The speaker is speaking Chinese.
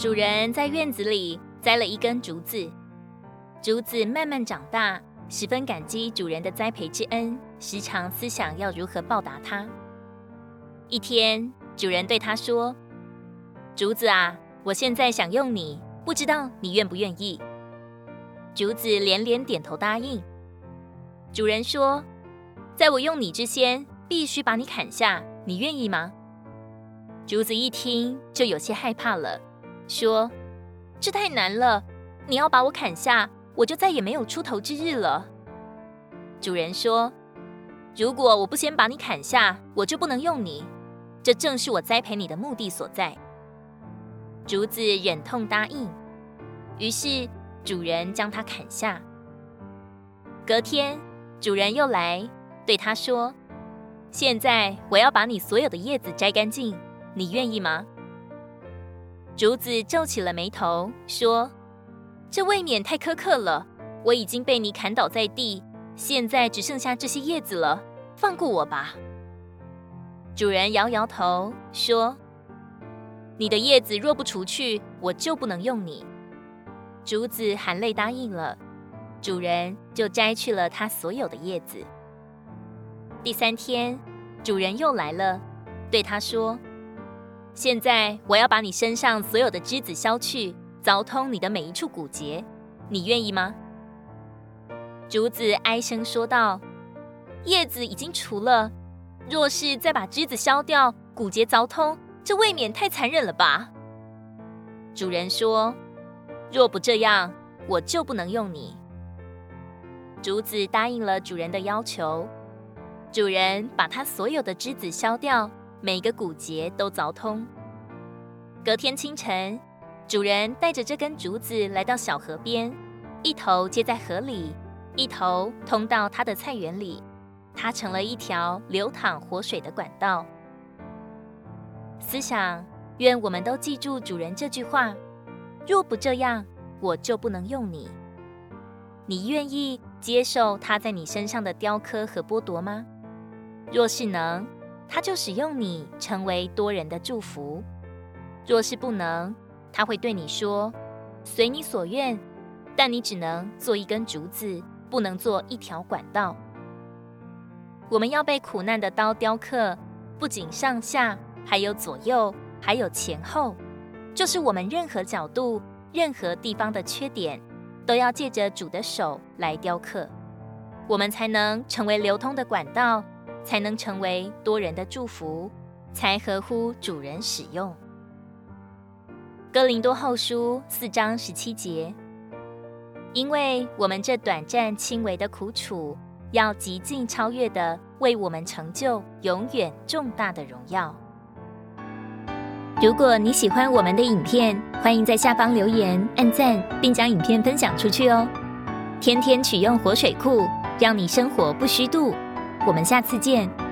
主人在院子里栽了一根竹子，竹子慢慢长大，十分感激主人的栽培之恩，时常思想要如何报答他。一天，主人对他说：竹子啊，我现在想用你，不知道你愿不愿意？竹子连连点头答应。主人说：在我用你之前，必须把你砍下，你愿意吗？竹子一听就有些害怕了，说：这太难了，你要把我砍下，我就再也没有出头之日了。主人说：如果我不先把你砍下，我就不能用你，这正是我栽培你的目的所在。竹子忍痛答应，于是主人将它砍下。隔天，主人又来对他说：现在我要把你所有的叶子摘干净，你愿意吗？竹子皱起了眉头，说：这未免太苛刻了，我已经被你砍倒在地，现在只剩下这些叶子了，放过我吧。主人摇摇头，说：你的叶子若不除去，我就不能用你。竹子含泪答应了，主人就摘去了他所有的叶子。第3天，主人又来了，对他说：现在我要把你身上所有的枝子削去，凿通你的每一处骨节，你愿意吗？竹子哀声说道：叶子已经除了，若是再把枝子削掉，骨节凿通，这未免太残忍了吧？主人说：若不这样，我就不能用你。竹子答应了主人的要求，主人把他所有的枝子削掉，每个骨节都凿通。隔天清晨，主人带着这根竹子来到小河边，一头接在河里，一头通到他的菜园里，它成了一条流淌活水的管道。思想，愿我们都记住主人这句话：若不这样，我就不能用你。你愿意接受他在你身上的雕刻和剥夺吗？若是能，他就使用你成为多人的祝福；若是不能，他会对你说：随你所愿，但你只能做一根竹子，不能做一条管道。我们要被苦难的刀雕刻，不仅上下，还有左右，还有前后，就是我们任何角度、任何地方的缺点，都要借着主的手来雕刻，我们才能成为流通的管道，才能成为多人的祝福，才合乎主人使用。哥林多后书4章17节，因为我们这短暂轻微的苦楚，要极尽超越的为我们成就永远重大的荣耀。如果你喜欢我们的影片，欢迎在下方留言、按赞，并将影片分享出去哦。天天取用活水库，让你生活不虚度。我们下次见。